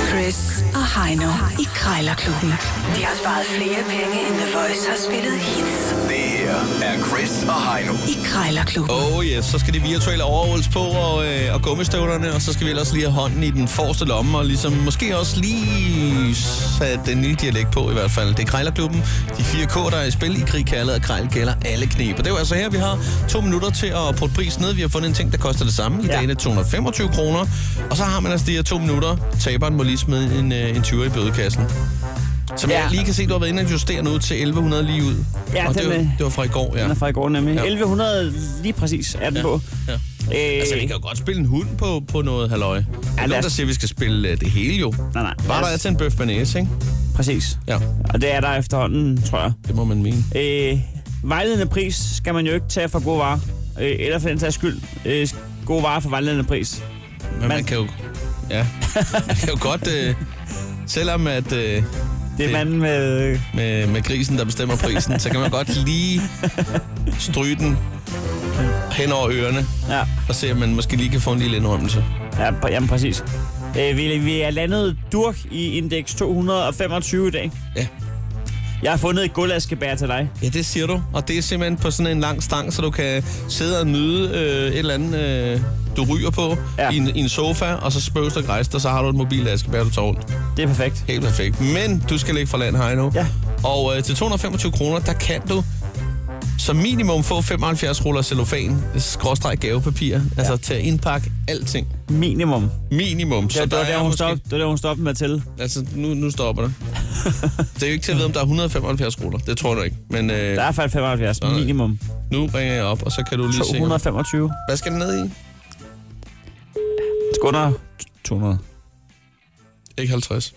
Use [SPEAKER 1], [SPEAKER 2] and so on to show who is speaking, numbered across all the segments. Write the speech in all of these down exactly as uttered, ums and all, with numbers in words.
[SPEAKER 1] Chris og Heino i Krejlerklubben. De har sparet flere penge, end The Voice har spillet hits.
[SPEAKER 2] Det her er Chris og Heino
[SPEAKER 1] i Krejlerklubben.
[SPEAKER 3] Oh yes, så skal de virtuelle overholdes på og, øh, og gummistøvlerne, og så skal vi ellers lige have hånden i den forreste lomme, og ligesom måske også lige sætte den lille dialekt på i hvert fald. Det er Krejlerklubben, de fire K, der er i spil i krig, kaldet og Krejl gælder alle knep. Og det er jo altså her, vi har to minutter til at putte prisen ned. Vi har fundet en ting, der koster det samme. I ja. dag er det to hundrede og femogtyve kroner, og så har man altså de her to minutter. Taberen må lige smide en, øh, en tyver i bødekassen. Som ja. jeg lige kan se, du har været inde og justere nu til elleve hundrede lige ud.
[SPEAKER 4] Ja,
[SPEAKER 3] og
[SPEAKER 4] den,
[SPEAKER 3] det, var, det var fra i går, ja.
[SPEAKER 4] Den er fra i går nemlig.
[SPEAKER 3] Ja.
[SPEAKER 4] elleve hundrede lige præcis er den
[SPEAKER 3] ja.
[SPEAKER 4] på.
[SPEAKER 3] Ja. Øh, altså, vi kan jo godt spille en hund på, på noget halløj. Der er ja, nogen, der siger, at vi skal spille uh, det hele jo.
[SPEAKER 4] Nej, nej.
[SPEAKER 3] Bare der er til en bøf banæs, ikke?
[SPEAKER 4] Præcis.
[SPEAKER 3] Ja.
[SPEAKER 4] Og det er der efterhånden, tror jeg.
[SPEAKER 3] Det må man mene.
[SPEAKER 4] Øh, vejledende pris skal man jo ikke tage for gode varer. Øh, eller for den tages skyld. Øh, gode varer for vejledende pris.
[SPEAKER 3] Men man, man kan jo... Ja. Man kan jo godt... Øh, selvom at... Øh,
[SPEAKER 4] det er manden med...
[SPEAKER 3] med... Med grisen, der bestemmer prisen, så kan man godt lige stryge den hen over ørerne. Ja. Og se, om man måske lige kan få en lille indrømmelse.
[SPEAKER 4] Ja, jamen præcis. Øh, vi, vi er landet durk i indeks to hundrede og femogtyve i dag.
[SPEAKER 3] Ja.
[SPEAKER 4] Jeg har fundet et guldaskebær til dig.
[SPEAKER 3] Ja, det siger du. Og det er simpelthen på sådan en lang stang, så du kan sidde og nyde øh, et eller andet, øh, du ryger på ja. i, en, i en sofa, og så spøges der græs, og så har du et mobilt askebær, du tager rundt.
[SPEAKER 4] Det er perfekt.
[SPEAKER 3] Helt perfekt. Men du skal ligge fra land her nu.
[SPEAKER 4] Ja.
[SPEAKER 3] Og øh, til to hundrede og femogtyve kroner, der kan du som minimum få femoghalvfjerds ruller cellofan, skråstreg gavepapir, ja. altså til at indpakke alting.
[SPEAKER 4] Minimum.
[SPEAKER 3] Minimum.
[SPEAKER 4] Så det, var der, hun måske... stop, det var der, hun stoppede med til.
[SPEAKER 3] Altså, nu, nu stopper det. Det er jo ikke til at vide, om der er et hundrede og femoghalvfjerds ruller. Det tror du ikke. Men, øh...
[SPEAKER 4] der er faktisk femoghalvfjerds, så, minimum.
[SPEAKER 3] Nu ringer jeg op, og så kan du lige se...
[SPEAKER 4] to hundrede og femogtyve.
[SPEAKER 3] Se. Hvad skal den ned i?
[SPEAKER 4] Skunder to hundrede.
[SPEAKER 3] Ikke halvtreds.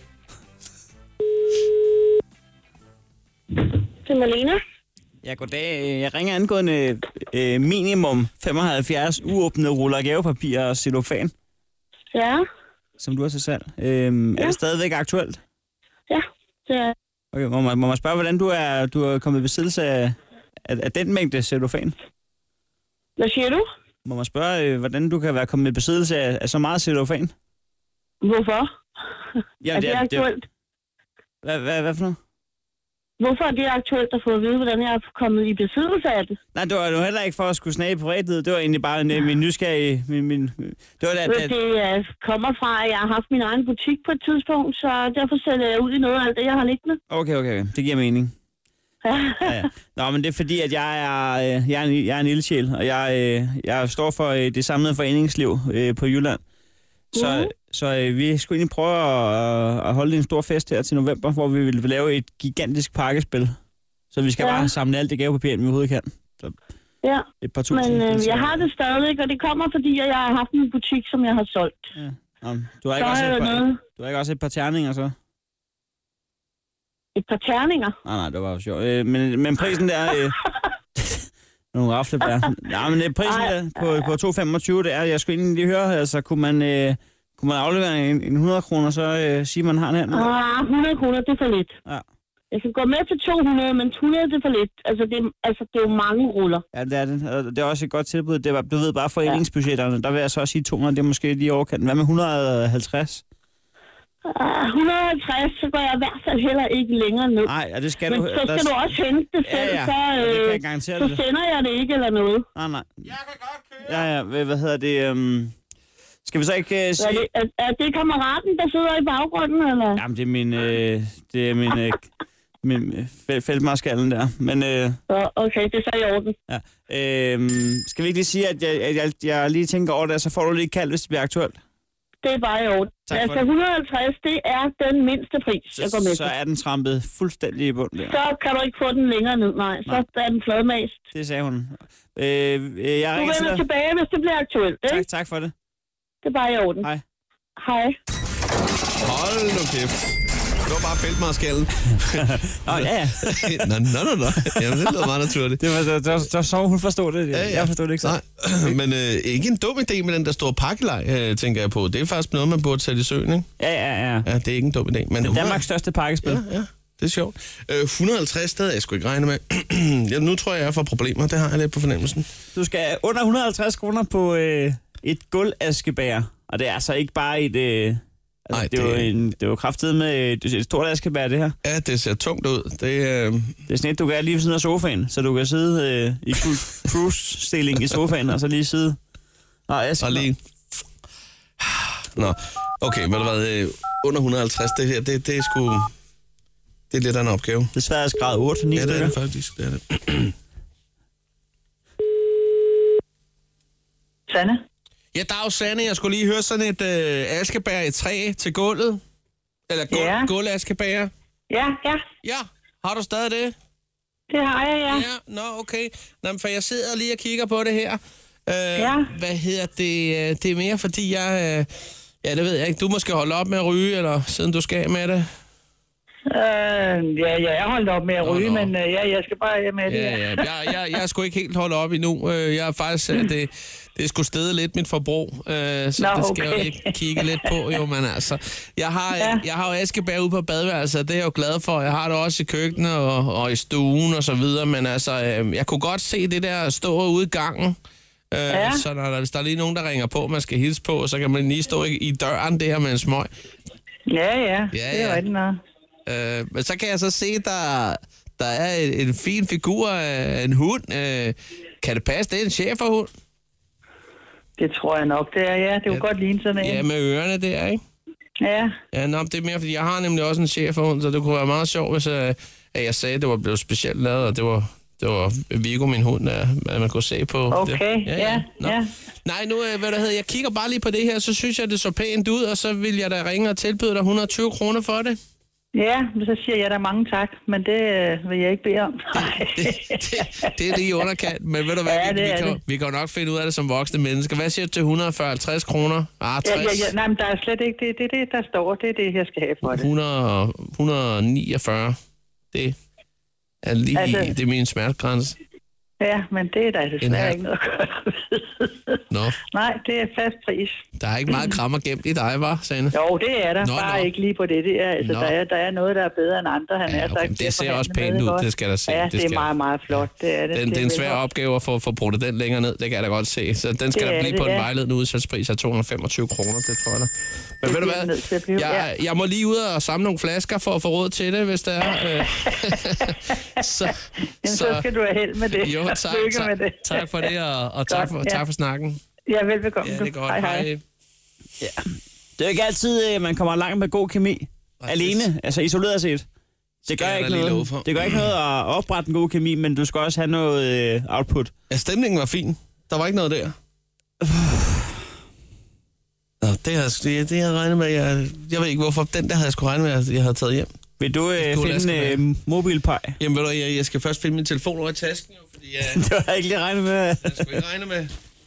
[SPEAKER 5] Det er Malene.
[SPEAKER 4] Ja, goddag. Jeg ringer angående øh, minimum femoghalvfjerds uåbnede ruller gavepapir og cellofan.
[SPEAKER 5] Ja.
[SPEAKER 4] Som du har til salg. Øhm, ja. Er det stadigvæk aktuelt?
[SPEAKER 5] Ja, det er.
[SPEAKER 4] Okay, må man, må man spørge, hvordan du er, du er kommet i besiddelse af, af, af den mængde cellofan?
[SPEAKER 5] Hvad siger du?
[SPEAKER 4] Må man spørge, øh, hvordan du kan være kommet i besiddelse af, af så meget cellofan?
[SPEAKER 5] Hvorfor?
[SPEAKER 4] Ja,
[SPEAKER 5] er det, det er aktuelt?
[SPEAKER 4] Hvad, hvad, hvad for noget?
[SPEAKER 5] Hvorfor er det aktuelt at få at vide, hvordan jeg er kommet i besiddelse af det?
[SPEAKER 4] Nej, det var jo heller ikke for at skulle snage på privatlivet. Det var egentlig bare en, min nysgerrige... Min, min, det var
[SPEAKER 5] da, da... Det uh, kommer fra, at jeg har haft min egen butik på et tidspunkt, så derfor sælger jeg ud i noget af alt det, jeg har liggende.
[SPEAKER 4] Okay, okay, okay. Det giver mening. ja, ja. Nå, men det er fordi, at jeg er, jeg er, en, jeg er en ildsjæl, og jeg, jeg står for det samlede foreningsliv på Jylland. Så, mm. så øh, vi skulle egentlig prøve at, at holde en stor fest her til november, hvor vi vil lave et gigantisk pakkespil. Så vi skal ja. bare samle alt det gavepapir, vi overhovedet kan. Så
[SPEAKER 5] ja,
[SPEAKER 4] et par tusind,
[SPEAKER 5] men øh, jeg har det stadigvæk, og det kommer, fordi jeg har haft en butik, som jeg har solgt.
[SPEAKER 4] Ja. Nå, du, har ikke også et par, du har ikke også et par terninger, så?
[SPEAKER 5] Et par terninger?
[SPEAKER 4] Nej, nej, det var jo sjovt. Øh, men, men prisen der... Øh, nogle raflebær. Nej, men prisen der på, på to femogtyve, det er, jeg skulle egentlig lige høre, altså kunne man, øh, kunne man aflevere en, en hundrede kroner, så øh, sige, man har en hand?
[SPEAKER 5] Ah, hundrede kroner, det er for lidt.
[SPEAKER 4] Ja.
[SPEAKER 5] Jeg kan gå med til to hundrede, men hundrede det er for lidt. Altså det, altså, det er jo mange ruller.
[SPEAKER 4] Ja, det er det. Og det er også et godt tilbud. Det var, du ved, bare foreningsbudgetterne, der vil jeg så også sige to hundrede, det er måske lige overkanten. Hvad med et hundrede og halvtreds?
[SPEAKER 5] Uh, et hundrede og halvtreds, så går jeg i hvert fald heller ikke længere ned.
[SPEAKER 4] Nej, ja, det skal
[SPEAKER 5] men
[SPEAKER 4] du...
[SPEAKER 5] så skal der... du også hente det selv,
[SPEAKER 4] ja, ja.
[SPEAKER 5] så, øh,
[SPEAKER 4] ja, det kan jeg garantere
[SPEAKER 5] så
[SPEAKER 4] det.
[SPEAKER 5] sender jeg det ikke eller noget.
[SPEAKER 4] Nej, nej. Jeg kan godt køre. Ja, ja, hvad, hvad hedder det... Um... Skal vi så ikke uh, sige...
[SPEAKER 5] Er det, er, er det kammeraten, der sidder i baggrunden, eller?
[SPEAKER 4] Jamen, det er min... Øh, det er min... Øh, min øh, feltmarskallen der, men... Øh,
[SPEAKER 5] okay, det er så i orden.
[SPEAKER 4] Ja. Øh, skal vi ikke lige sige, at jeg, at jeg, jeg lige tænker over det, så får du lige kaldt, hvis det bliver aktuelt?
[SPEAKER 5] Det er bare i orden. Altså et hundrede og halvtreds, det er den mindste pris,
[SPEAKER 4] så,
[SPEAKER 5] jeg går med
[SPEAKER 4] Så er den trampet fuldstændig i bunden der.
[SPEAKER 5] Så kan du ikke få den længere ned, nej. Så nej. Er den fladmast.
[SPEAKER 4] Det sagde hun. Øh, jeg
[SPEAKER 5] du vender tilbage, hvis det bliver aktuelt, ikke?
[SPEAKER 4] Tak, tak for det.
[SPEAKER 5] Det er bare i orden.
[SPEAKER 4] Hej.
[SPEAKER 5] Hej.
[SPEAKER 3] Hold nu kæft. Det var bare feltmarskallen.
[SPEAKER 4] Åh, oh, ja, ja.
[SPEAKER 3] Nå, nå, nå, nå. Jamen, det lyder meget naturligt.
[SPEAKER 4] Det var, der, der, der så hun forstod det. Ja, ja. Jeg forstod det ikke så.
[SPEAKER 3] Nej, men øh, ikke en dum idé med den der store pakkelej, øh, tænker jeg på. Det er faktisk noget, man burde sætte i søen, ikke?
[SPEAKER 4] Ja, ja, ja.
[SPEAKER 3] Ja, det er ikke en dum idé. Men
[SPEAKER 4] det er hundrede... Danmarks største pakkespil.
[SPEAKER 3] Ja, ja. Det er sjovt. Øh, et hundrede og halvtreds steder, jeg skulle ikke regne med. ja, nu tror jeg, jeg får problemer. Det har jeg lidt på fornemmelsen.
[SPEAKER 4] Du skal under et hundrede og halvtreds kroner på øh, et guldaskebær. Og det er altså ikke bare et... Øh, Altså,
[SPEAKER 3] Ej,
[SPEAKER 4] det, er jo
[SPEAKER 3] det-
[SPEAKER 4] en, det er jo kraftigt med det er et stort askebær, det her.
[SPEAKER 3] Ja, det ser tungt ud. Det, øh...
[SPEAKER 4] Det er sådan et, du kan have lige ved siden af sofaen, så du kan sidde øh, i cru- cruise-stilling i sofaen, og så lige sidde... Nå, askebær.
[SPEAKER 3] Og lige... Nå, okay, men der var øh, under et hundrede og halvtreds, det her, det, det er sgu... Det er lidt af en opgave.
[SPEAKER 4] Det er svært at grad otte, ni
[SPEAKER 3] Ja, det er
[SPEAKER 4] stykker.
[SPEAKER 3] det faktisk, det er det.
[SPEAKER 5] Sanne?
[SPEAKER 3] Ja, dag Sanne, jeg skulle lige høre sådan et øh, askebær i træ til gulvet. Eller gulv,
[SPEAKER 5] Ja.
[SPEAKER 3] gulvaskebær.
[SPEAKER 5] Ja, ja,
[SPEAKER 3] Ja, har du stadig det?
[SPEAKER 5] det har jeg, ja.
[SPEAKER 3] Ja, nå, okay. Nå, men for jeg sidder lige og kigger på det her. Øh,
[SPEAKER 5] Ja.
[SPEAKER 3] Hvad hedder det? Øh, Det er mere fordi jeg... Øh, ja, det ved jeg ikke. Du måske holde op med at ryge, eller siden du skal af med det?
[SPEAKER 5] Øh, ja, ja, jeg holdt op med at
[SPEAKER 3] Nå,
[SPEAKER 5] ryge,
[SPEAKER 3] nå.
[SPEAKER 5] men øh, ja, jeg skal bare hjem med det.
[SPEAKER 3] Ja, ja. Jeg, jeg, jeg er sgu ikke helt holdt op endnu. Øh, Jeg er faktisk... øh, Det, det er sgu steget lidt mit forbrug, øh, så
[SPEAKER 5] Nå,
[SPEAKER 3] det skal jeg jo
[SPEAKER 5] okay.
[SPEAKER 3] lige kigge lidt på, jo, men altså... Jeg har,
[SPEAKER 5] Ja.
[SPEAKER 3] jeg har jo askebær ude på badeværelset, og det er jeg jo glad for. Jeg har det også i køkkenet og, og i stuen og så videre, men altså, øh, jeg kunne godt se det der stå ude i gangen. Øh,
[SPEAKER 5] Ja.
[SPEAKER 3] Så når der, hvis der er lige nogen, der ringer på, man skal hilse på, så kan man lige stå i, i døren, det her med en smøg.
[SPEAKER 5] Ja, ja,
[SPEAKER 3] Ja,
[SPEAKER 5] det er
[SPEAKER 3] ja.
[SPEAKER 5] rigtigt nok.
[SPEAKER 3] Øh, men så kan jeg så se, der, der er en, en fin figur af en hund. Øh, kan det passe, det er en schæferhund?
[SPEAKER 5] Det tror jeg nok, det er, ja. Det kunne
[SPEAKER 3] Ja.
[SPEAKER 5] godt ligne sådan en.
[SPEAKER 3] Ja, med ørerne der, ikke?
[SPEAKER 5] Ja,
[SPEAKER 3] Ja, nå, det er mere, fordi jeg har nemlig også en schæferhund, så det kunne være meget sjovt, hvis øh, at jeg sagde, at det var blevet specielt lavet, og det var, det var Viggo, min hund, der, at man kunne se på.
[SPEAKER 5] okay,
[SPEAKER 3] det.
[SPEAKER 5] ja,
[SPEAKER 3] Nå.
[SPEAKER 5] ja.
[SPEAKER 3] Nej, nu, øh, hvad der hedder, jeg kigger bare lige på det her, så synes jeg, det så pænt ud, og så vil jeg da ringe og tilbyde dig et hundrede og tyve kroner for det.
[SPEAKER 5] Ja, men så siger jeg da mange tak, men det øh, vil jeg ikke bede om.
[SPEAKER 3] det, det, det er lige i underkant, men ved du hvad,
[SPEAKER 5] Ja,
[SPEAKER 3] vi,
[SPEAKER 5] det
[SPEAKER 3] vi,
[SPEAKER 5] er
[SPEAKER 3] kan,
[SPEAKER 5] det.
[SPEAKER 3] vi kan jo nok finde ud af det som voksne mennesker. Hvad siger du til et hundrede og fyrre til halvtreds kroner? Ah,
[SPEAKER 5] Ja,
[SPEAKER 3] tres.
[SPEAKER 5] ja, ja. Nej, men der er slet ikke det. Det er det, der står. Det er det, jeg skal have for det.
[SPEAKER 3] hundrede og, et hundrede og niogfyrre. Det er lige
[SPEAKER 5] Altså-
[SPEAKER 3] det er min smertegrænse.
[SPEAKER 5] Ja, men det er der
[SPEAKER 3] En
[SPEAKER 5] desværre
[SPEAKER 3] halv.
[SPEAKER 5] ikke noget at gøre ved.
[SPEAKER 3] Nå,
[SPEAKER 5] Nej, det er fast pris.
[SPEAKER 3] der er ikke meget krammer gemt i dig, var, Sanne?
[SPEAKER 5] Jo, det er der.
[SPEAKER 3] Nå,
[SPEAKER 5] Bare
[SPEAKER 3] nå.
[SPEAKER 5] ikke lige på det der. Altså,
[SPEAKER 3] Nå.
[SPEAKER 5] der, er, der er noget, der er bedre end andre. Han
[SPEAKER 3] Ja,
[SPEAKER 5] er
[SPEAKER 3] okay,
[SPEAKER 5] sagt,
[SPEAKER 3] men
[SPEAKER 5] til
[SPEAKER 3] det
[SPEAKER 5] at
[SPEAKER 3] ser
[SPEAKER 5] forhandle
[SPEAKER 3] også
[SPEAKER 5] med,
[SPEAKER 3] pænt
[SPEAKER 5] ikke
[SPEAKER 3] ud,
[SPEAKER 5] også?
[SPEAKER 3] det skal der se,
[SPEAKER 5] Ja,
[SPEAKER 3] det
[SPEAKER 5] det, er
[SPEAKER 3] skal-
[SPEAKER 5] meget, meget flot. Det er det.
[SPEAKER 3] Den, det er en
[SPEAKER 5] vil
[SPEAKER 3] svær
[SPEAKER 5] godt.
[SPEAKER 3] opgave at få, få brugt den længere ned, det kan jeg da godt se. Så den skal
[SPEAKER 5] Det
[SPEAKER 3] der
[SPEAKER 5] er
[SPEAKER 3] blive
[SPEAKER 5] det,
[SPEAKER 3] på en
[SPEAKER 5] ja.
[SPEAKER 3] vejledende udsalgspris af to hundrede og femogtyve kroner, det tror jeg da. Men
[SPEAKER 5] Det
[SPEAKER 3] ved du
[SPEAKER 5] bliver
[SPEAKER 3] hvad,
[SPEAKER 5] nødt til at blive,
[SPEAKER 3] jeg, jeg må lige ud og samle nogle flasker for at få råd til det, hvis der er. Øh. så,
[SPEAKER 5] Jamen, så skal du have held med det.
[SPEAKER 3] Jo,
[SPEAKER 5] Og
[SPEAKER 3] tak,
[SPEAKER 5] lykke med
[SPEAKER 3] tak,
[SPEAKER 5] det.
[SPEAKER 3] tak for det, og, og tak,
[SPEAKER 5] Godt,
[SPEAKER 3] for,
[SPEAKER 5] ja.
[SPEAKER 3] tak for snakken.
[SPEAKER 5] Ja, velbekomme.
[SPEAKER 3] Ja, det er
[SPEAKER 5] du.
[SPEAKER 3] godt.
[SPEAKER 5] Hej, hej.
[SPEAKER 3] Hej.
[SPEAKER 4] Det er jo ikke altid, at man kommer langt med god kemi.
[SPEAKER 3] Nej,
[SPEAKER 4] Alene, altså isoleret set. Det gør,
[SPEAKER 3] jeg
[SPEAKER 4] ikke
[SPEAKER 3] da lige love
[SPEAKER 4] noget.
[SPEAKER 3] for.
[SPEAKER 4] det gør ikke noget at oprette en god kemi, men du skal også have noget øh, output.
[SPEAKER 3] Ja, stemningen var fin. Der var ikke noget der. Nå, det har, det, det har jeg regnet med. Jeg, jeg ved ikke, hvorfor. Den der havde jeg sgu regnet med, at jeg havde taget hjem.
[SPEAKER 4] Vil du øh,
[SPEAKER 3] God
[SPEAKER 4] finde
[SPEAKER 3] askebær.
[SPEAKER 4] øh, mobilpej?
[SPEAKER 3] Jamen, ved du, jeg, jeg skal først finde min telefon over i tasken, jo, fordi jeg,
[SPEAKER 4] Det har jeg ikke lige regnet med.
[SPEAKER 3] jeg skulle ikke regne med.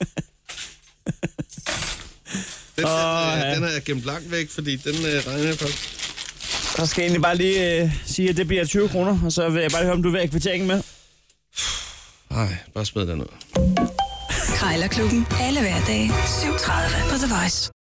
[SPEAKER 3] Den,
[SPEAKER 4] Åh,
[SPEAKER 3] den,
[SPEAKER 4] ja.
[SPEAKER 3] øh, den har jeg gemt langt væk, fordi den øh, regner jeg først.
[SPEAKER 4] Så skal jeg egentlig bare lige øh, sige, at det bliver tyve kroner, og så vil jeg bare høre, om du vil have kvitteringen med.
[SPEAKER 3] Nej, bare smid den ud.
[SPEAKER 1] Krejlerklubben. Alle hverdage. syv tredive på The Voice.